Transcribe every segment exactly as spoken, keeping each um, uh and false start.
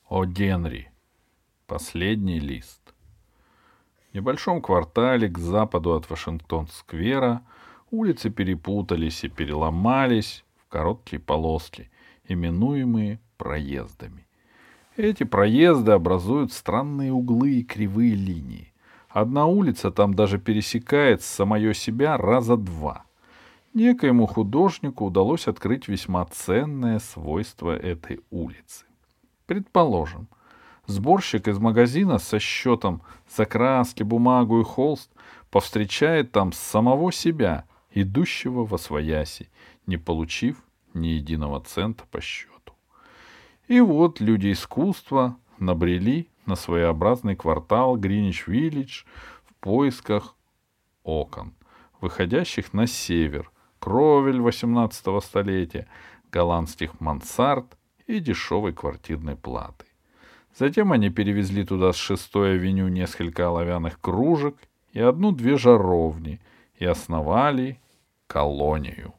О Генри. Последний лист. В небольшом квартале к западу от Вашингтон-сквера улицы перепутались и переломались в короткие полоски, именуемые проездами. Эти проезды образуют странные углы и кривые линии. Одна улица там даже пересекает самое себя раза два. Некоему художнику удалось открыть весьма ценное свойство этой улицы. Предположим, сборщик из магазина со счетом за краски, бумагу и холст повстречает там самого себя, идущего восвояси, не получив ни единого цента по счету. И вот люди искусства набрели на своеобразный квартал Гринвич-Виллидж в поисках окон, выходящих на север, кровель восемнадцатого столетия, голландских мансард и дешевой квартирной платы. Затем они перевезли туда с шестой авеню несколько оловянных кружек и одну-две жаровни и основали колонию.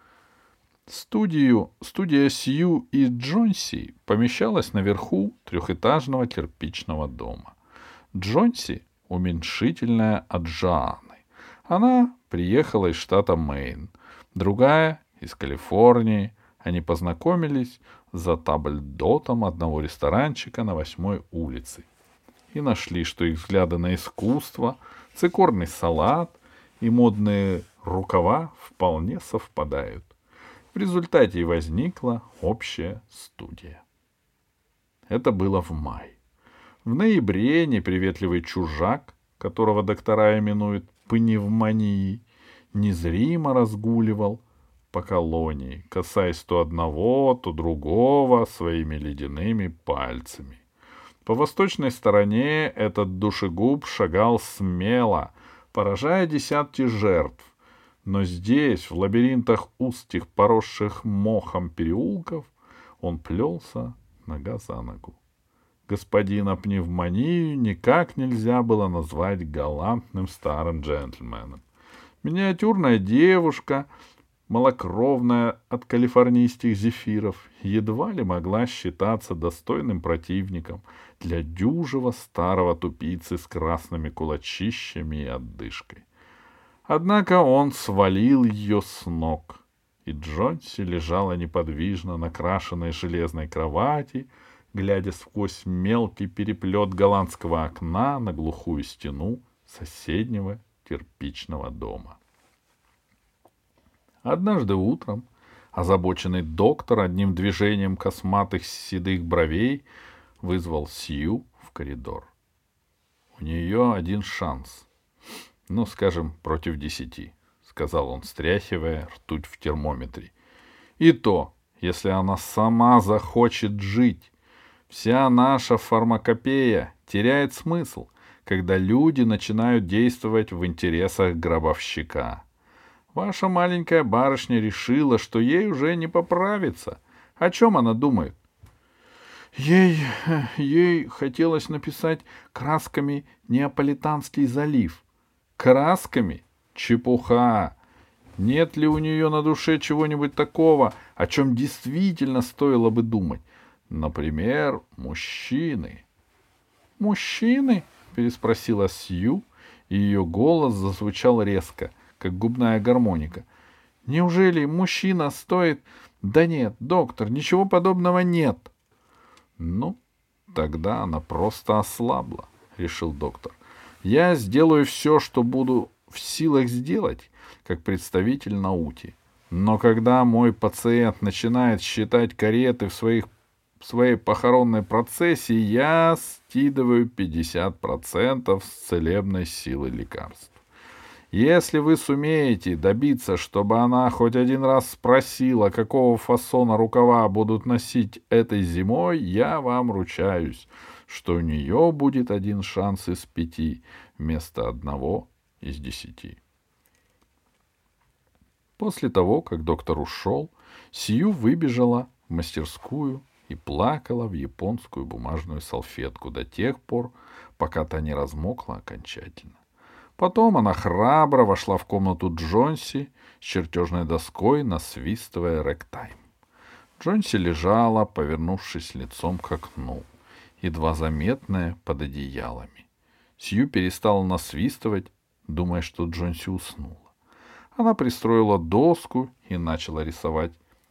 Студию, студия Сью и Джонси помещалась наверху трехэтажного кирпичного дома. Джонси — уменьшительная от Джоанны. Она приехала из штата Мэйн, другая — из Калифорнии. Они познакомились за табльдотом одного ресторанчика на восьмой улице и нашли, что их взгляды на искусство, цикорный салат и модные рукава вполне совпадают. В результате и возникла общая студия. Это было в мае. В ноябре неприветливый чужак, которого доктора именуют пневмонией, незримо разгуливал по колонии, касаясь то одного, то другого своими ледяными пальцами. По восточной стороне этот душегуб шагал смело, поражая десятки жертв, но здесь, в лабиринтах узких, поросших мохом переулков, он плелся нога за ногу. Господина пневмонию никак нельзя было назвать галантным старым джентльменом. Миниатюрная девушка, малокровная от калифорнийских зефиров, едва ли могла считаться достойным противником для дюжего старого тупицы с красными кулачищами и отдышкой. Однако он свалил ее с ног, и Джонси лежала неподвижно на крашеной железной кровати, глядя сквозь мелкий переплет голландского окна на глухую стену соседнего кирпичного дома. Однажды утром озабоченный доктор одним движением косматых седых бровей вызвал Сью в коридор. У нее один шанс. Ну, скажем, против десяти, — сказал он, стряхивая ртуть в термометре. И то, если она сама захочет жить. Вся наша фармакопея теряет смысл, когда люди начинают действовать в интересах гробовщика. Ваша маленькая барышня решила, что ей уже не поправиться. О чем она думает? Ей, ей хотелось написать красками «Неаполитанский залив». Красками? Чепуха! Нет ли у нее на душе чего-нибудь такого, о чем действительно стоило бы думать? Например, мужчины. «Мужчины?» — переспросила Сью, и ее голос зазвучал резко, как губная гармоника. «Неужели мужчина стоит...» «Да нет, доктор, ничего подобного нет». «Ну, тогда она просто ослабла», — решил доктор. «Я сделаю все, что буду в силах сделать, как представитель науки. Но когда мой пациент начинает считать кареты в своих в своей похоронной процессии, я скидываю пятьдесят процентов с целебной силы лекарств. Если вы сумеете добиться, чтобы она хоть один раз спросила, какого фасона рукава будут носить этой зимой, я вам ручаюсь, что у нее будет один шанс из пяти вместо одного из десяти». После того, как доктор ушел, Сью выбежала в мастерскую и плакала в японскую бумажную салфетку до тех пор, пока та не размокла окончательно. Потом она храбро вошла в комнату Джонси с чертежной доской, насвистывая рэгтайм. Джонси лежала, повернувшись лицом к окну, едва заметное под одеялами. Сью перестала насвистывать, думая, что Джонси уснула. Она пристроила доску и начала рисовать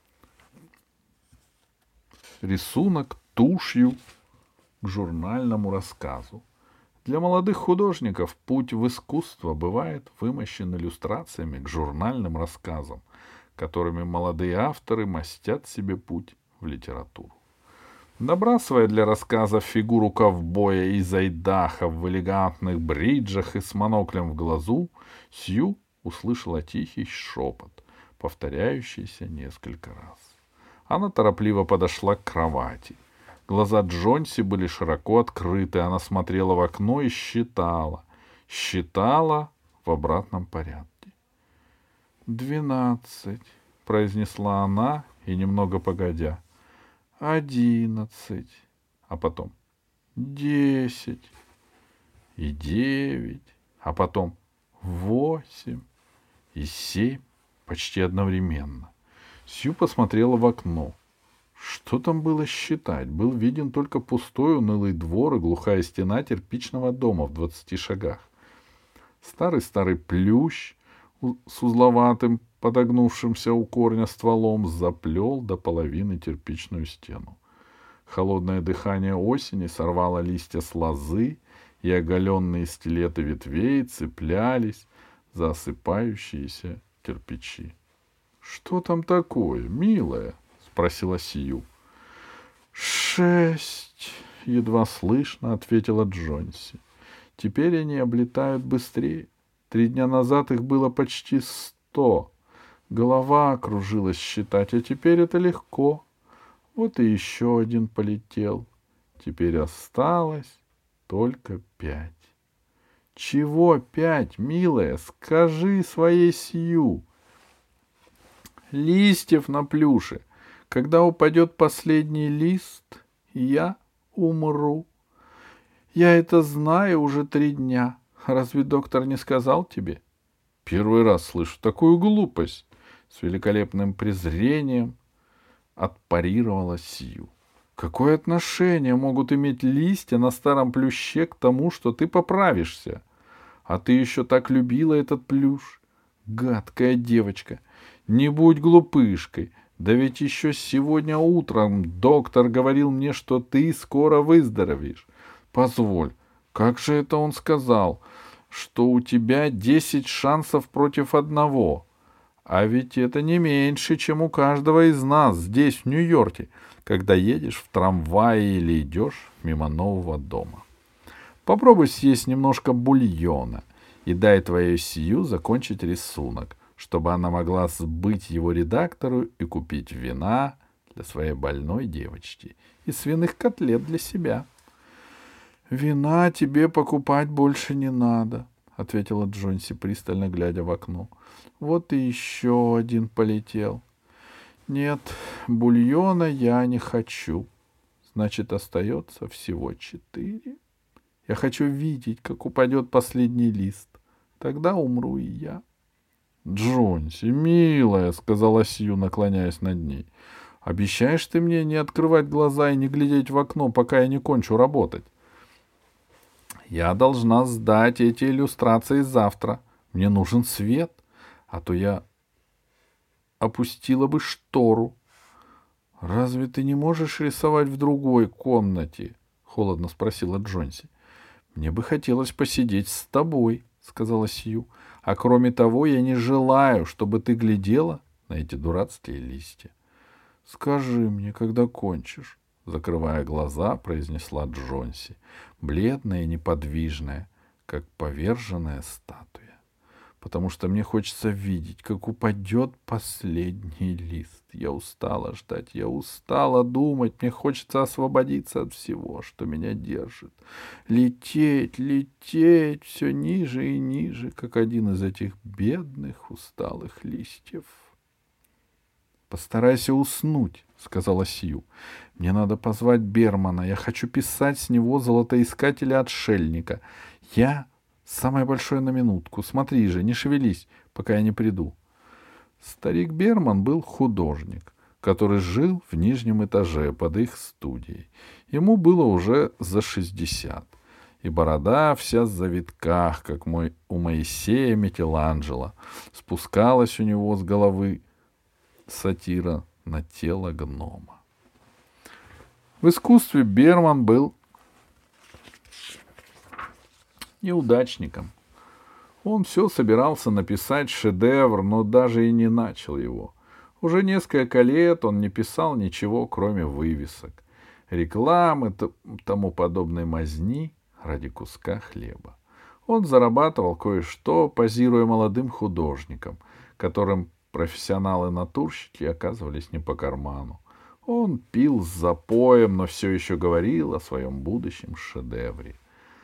рисунок тушью к журнальному рассказу. Для молодых художников путь в искусство бывает вымощен иллюстрациями к журнальным рассказам, которыми молодые авторы мастят себе путь в литературу. Набрасывая для рассказа фигуру ковбоя из Айдахо в элегантных бриджах и с моноклем в глазу, Сью услышала тихий шепот, повторяющийся несколько раз. Она торопливо подошла к кровати. Глаза Джонси были широко открыты, она смотрела в окно и считала. Считала в обратном порядке. «Двенадцать», — произнесла она, и немного погодя. «Одиннадцать», а потом «десять» и «девять», а потом «восемь» и «семь» почти одновременно. Сью посмотрела в окно. Что там было считать? Был виден только пустой унылый двор и глухая стена кирпичного дома в двадцати шагах. Старый-старый плющ с узловатым, подогнувшимся у корня стволом, заплел до половины кирпичную стену. Холодное дыхание осени сорвало листья с лозы, и оголенные скелеты ветвей цеплялись за осыпающиеся кирпичи. — Что там такое, милая? — спросила Сью. — Шесть, — едва слышно ответила Джонси. — Теперь они облетают быстрее. Три дня назад их было почти сто. Голова кружилась считать, а теперь это легко. Вот и еще один полетел. Теперь осталось только пять. — Чего пять, милая? Скажи своей Сью. — Листьев на плюше. Когда упадет последний лист, я умру. Я это знаю уже три дня. Разве доктор не сказал тебе? — Первый раз слышу такую глупость. С великолепным презрением отпарировала Сью. Какое отношение могут иметь листья на старом плюще к тому, что ты поправишься? А ты еще так любила этот плюш. Гадкая девочка. Не будь глупышкой. Да ведь еще сегодня утром доктор говорил мне, что ты скоро выздоровеешь. Позволь, как же это он сказал, что у тебя десять шансов против одного? А ведь это не меньше, чем у каждого из нас здесь, в Нью-Йорке, когда едешь в трамвае или идешь мимо нового дома. Попробуй съесть немножко бульона и дай твоей Сью закончить рисунок, чтобы она могла сбыть его редактору и купить вина для своей больной девочки и свиных котлет для себя. — Вина тебе покупать больше не надо, — ответила Джонси, пристально глядя в окно. — Вот и еще один полетел. — Нет, бульона я не хочу. Значит, остается всего четыре. Я хочу видеть, как упадет последний лист. Тогда умру и я. — Джонси, милая, — сказала Сью, наклоняясь над ней, — обещаешь ты мне не открывать глаза и не глядеть в окно, пока я не кончу работать? Я должна сдать эти иллюстрации завтра. Мне нужен свет, а то я опустила бы штору. — Разве ты не можешь рисовать в другой комнате? — холодно спросила Джонси. — Мне бы хотелось посидеть с тобой, — сказала Сью. — А кроме того, я не желаю, чтобы ты глядела на эти дурацкие листья. — Скажи мне, когда кончишь. — закрывая глаза, произнесла Джонси, бледная и неподвижная, как поверженная статуя. — Потому что мне хочется видеть, как упадет последний лист. Я устала ждать, я устала думать, мне хочется освободиться от всего, что меня держит. Лететь, лететь все ниже и ниже, как один из этих бедных усталых листьев. — Постарайся уснуть, — сказала Сью. — Мне надо позвать Бермана. Я хочу писать с него золотоискателя-отшельника. Я самое большое на минутку. Смотри же, не шевелись, пока я не приду. Старик Берман был художник. который жил в нижнем этаже под их студией. Ему было уже за шестьдесят, и борода вся в завитках, как мой, у Моисея Микеланджело, спускалась у него с головы сатира на тело гнома. В искусстве Берман был неудачником. Он все собирался написать шедевр, но даже и не начал его. Уже несколько лет он не писал ничего, кроме вывесок, рекламы, тому подобной мазни ради куска хлеба. Он зарабатывал кое-что, позируя молодым художникам, которым профессионалы-натурщики оказывались не по карману. Он пил с запоем, но все еще говорил о своем будущем шедевре.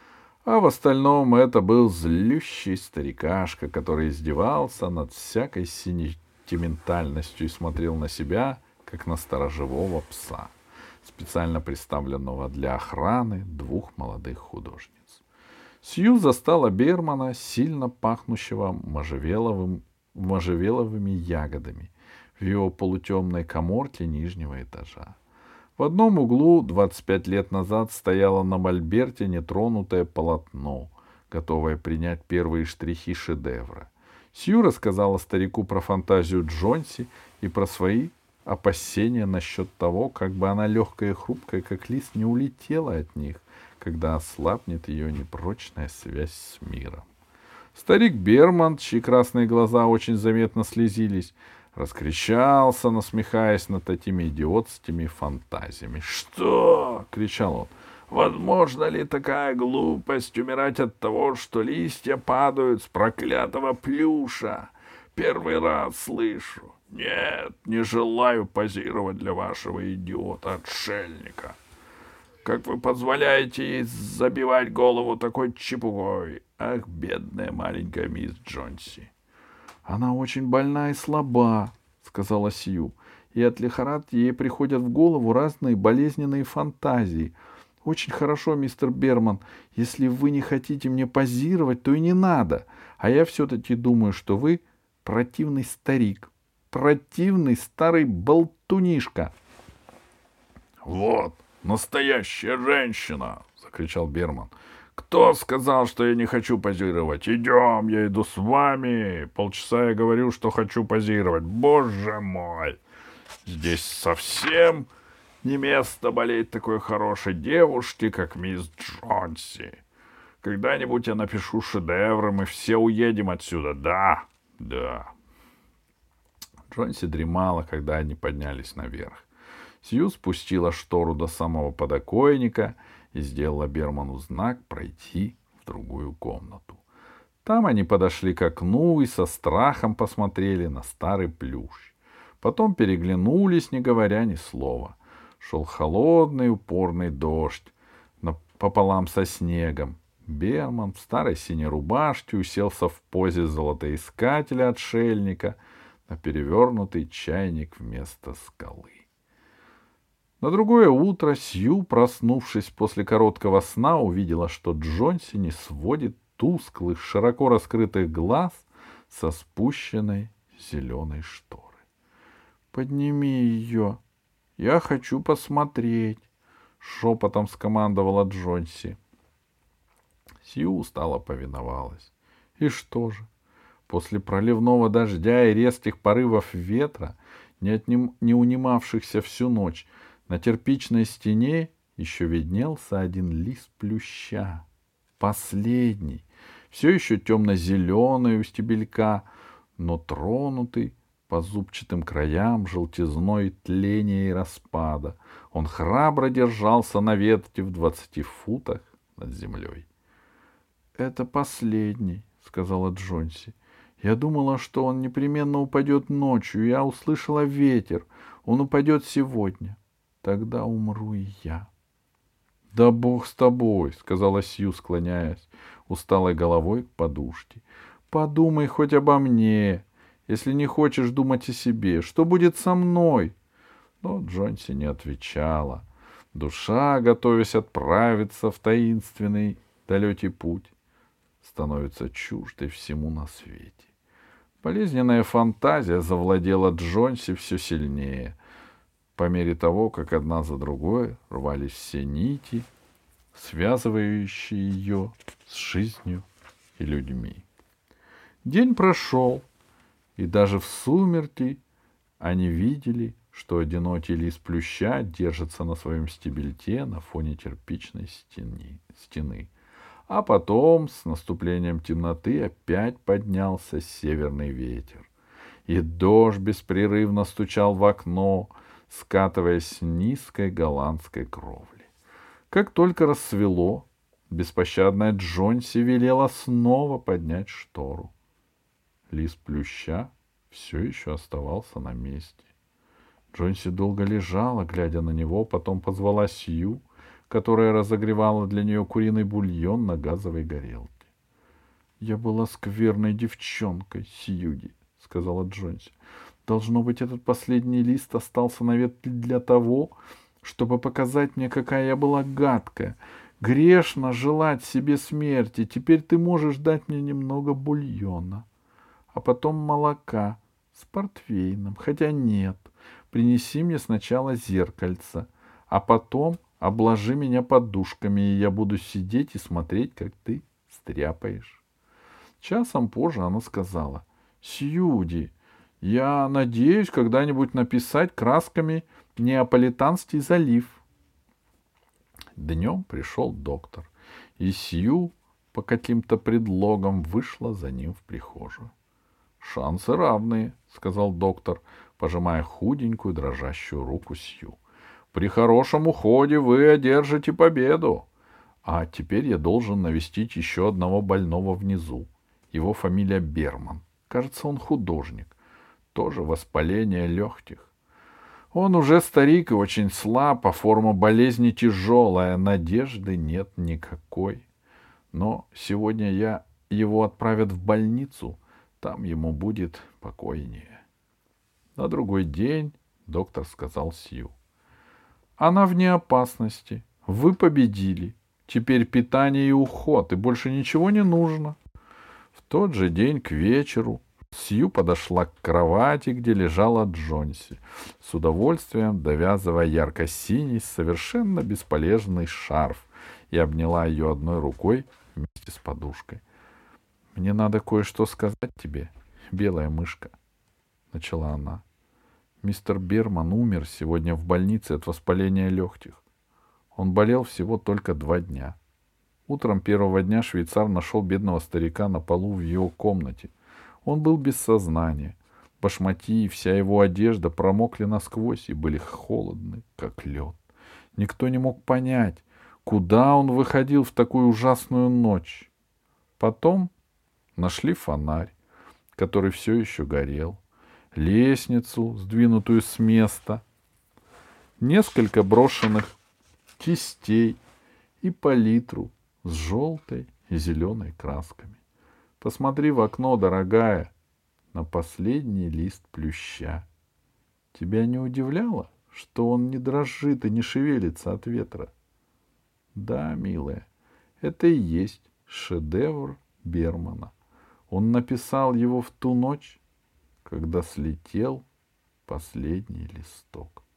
А в остальном это был злющий старикашка, который издевался над всякой сентиментальностью и смотрел на себя, как на сторожевого пса, специально представленного для охраны двух молодых художниц. Сью застала Бермана, сильно пахнущего можжевеловым, можжевеловыми ягодами, в его полутемной каморке нижнего этажа. В одном углу двадцать пять лет назад стояло на мольберте нетронутое полотно, готовое принять первые штрихи шедевра. Сью рассказала старику про фантазию Джонси и про свои опасения насчет того, как бы она легкая и хрупкая, как лист, не улетела от них, когда ослабнет ее непрочная связь с миром. Старик Берман, чьи красные глаза очень заметно слезились, раскричался, насмехаясь над этими идиотскими фантазиями. «Что?» — кричал он. «Возможно ли такая глупость умирать от того, что листья падают с проклятого плюша? Первый раз слышу. Нет, не желаю позировать для вашего идиота-отшельника. Как вы позволяете ей забивать голову такой чепухой? Ах, бедная маленькая мисс Джонси!» «Она очень больна и слаба», — сказала Сью, «и от лихорадки ей приходят в голову разные болезненные фантазии. Очень хорошо, мистер Берман, если вы не хотите мне позировать, то и не надо. А я все-таки думаю, что вы противный старик, противный старый болтунишка». «Вот настоящая женщина!» — закричал Берман. «Кто сказал, что я не хочу позировать? Идем, я иду с вами. Полчаса я говорю, что хочу позировать. Боже мой! Здесь совсем не место болеть такой хорошей девушке, как мисс Джонси. Когда-нибудь я напишу шедевр, и мы все уедем отсюда. Да, да». Джонси дремала, когда они поднялись наверх. Сью спустила штору до самого подоконника и сделала Берману знак пройти в другую комнату. Там они подошли к окну и со страхом посмотрели на старый плющ. Потом переглянулись, не говоря ни слова. Шел холодный упорный дождь пополам со снегом. Берман в старой синей рубашке уселся в позе золотоискателя-отшельника на перевернутый чайник вместо скалы. На другое утро Сью, проснувшись после короткого сна, увидела, что Джонси не сводит тусклых, широко раскрытых глаз со спущенной зеленой шторы. «Подними ее, я хочу посмотреть», — шепотом скомандовала Джонси. Сью устало повиновалась. И что же? После проливного дождя и резких порывов ветра, не, отним... не унимавшихся всю ночь, на кирпичной стене еще виднелся один лист плюща. Последний, все еще темно-зеленый у стебелька, но тронутый по зубчатым краям желтизной тления и распада. Он храбро держался на ветке в двадцати футах над землей. «Это последний», — сказала Джонси. «Я думала, что он непременно упадет ночью. Я услышала ветер. Он упадет сегодня. Тогда умру и я». «Да бог с тобой», — сказала Сью, склоняясь усталой головой к подушке. «Подумай хоть обо мне, если не хочешь думать о себе. Что будет со мной?» Но Джонси не отвечала. Душа, готовясь отправиться в таинственный далекий путь, становится чуждой всему на свете. Болезненная фантазия завладела Джонси все сильнее. по мере того, как одна за другой рвались все нити, связывающие ее с жизнью и людьми. День прошел, и даже в сумерки они видели, что одинокий лист плюща держится на своем стебельке на фоне кирпичной стены. стены. А потом, с наступлением темноты, опять поднялся северный ветер, и дождь беспрерывно стучал в окно, скатываясь с низкой голландской кровли. Как только рассвело, беспощадная Джонси велела снова поднять штору. Лист плюща все еще оставался на месте. Джонси долго лежала, глядя на него, потом позвала Сью, которая разогревала для нее куриный бульон на газовой горелке. — Я была скверной девчонкой, Сьюди, — сказала Джонси. — Должно быть, этот последний лист остался на ветке для того, чтобы показать мне, какая я была гадкая. Грешно желать себе смерти. Теперь ты можешь дать мне немного бульона, а потом молока с портвейном. Хотя нет, принеси мне сначала зеркальце, а потом обложи меня подушками, и я буду сидеть и смотреть, как ты стряпаешь. Часом позже она сказала: — Сьюди, я надеюсь когда-нибудь написать красками Неаполитанский залив. Днем пришел доктор, и Сью по каким-то предлогам вышла за ним в прихожую. — Шансы равные, — сказал доктор, пожимая худенькую дрожащую руку Сью. — При хорошем уходе вы одержите победу. А теперь я должен навестить еще одного больного внизу. Его фамилия Берман. Кажется, он художник. Тоже воспаление легких. Он уже старик и очень слаб, а форма болезни тяжелая, надежды нет никакой. Но сегодня я его отправят в больницу, там ему будет покойнее. На другой день доктор сказал Сью: — Она вне опасности, вы победили, теперь питание и уход, и больше ничего не нужно. В тот же день к вечеру Сью подошла к кровати, где лежала Джонси, с удовольствием довязывая ярко-синий, совершенно бесполезный шарф, и обняла ее одной рукой вместе с подушкой. — Мне надо кое-что сказать тебе, белая мышка, — начала она. — Мистер Берман умер сегодня в больнице от воспаления легких. Он болел всего только два дня. Утром первого дня швейцар нашел бедного старика на полу в его комнате. Он был без сознания. Башмаки и вся его одежда промокли насквозь и были холодны, как лед. Никто не мог понять, куда он выходил в такую ужасную ночь. Потом нашли фонарь, который все еще горел, лестницу, сдвинутую с места, несколько брошенных кистей и палитру с желтой и зеленой красками. Посмотри в окно, дорогая, на последний лист плюща. Тебя не удивляло, что он не дрожит и не шевелится от ветра? Да, милая, это и есть шедевр Бермана. Он написал его в ту ночь, когда слетел последний листок.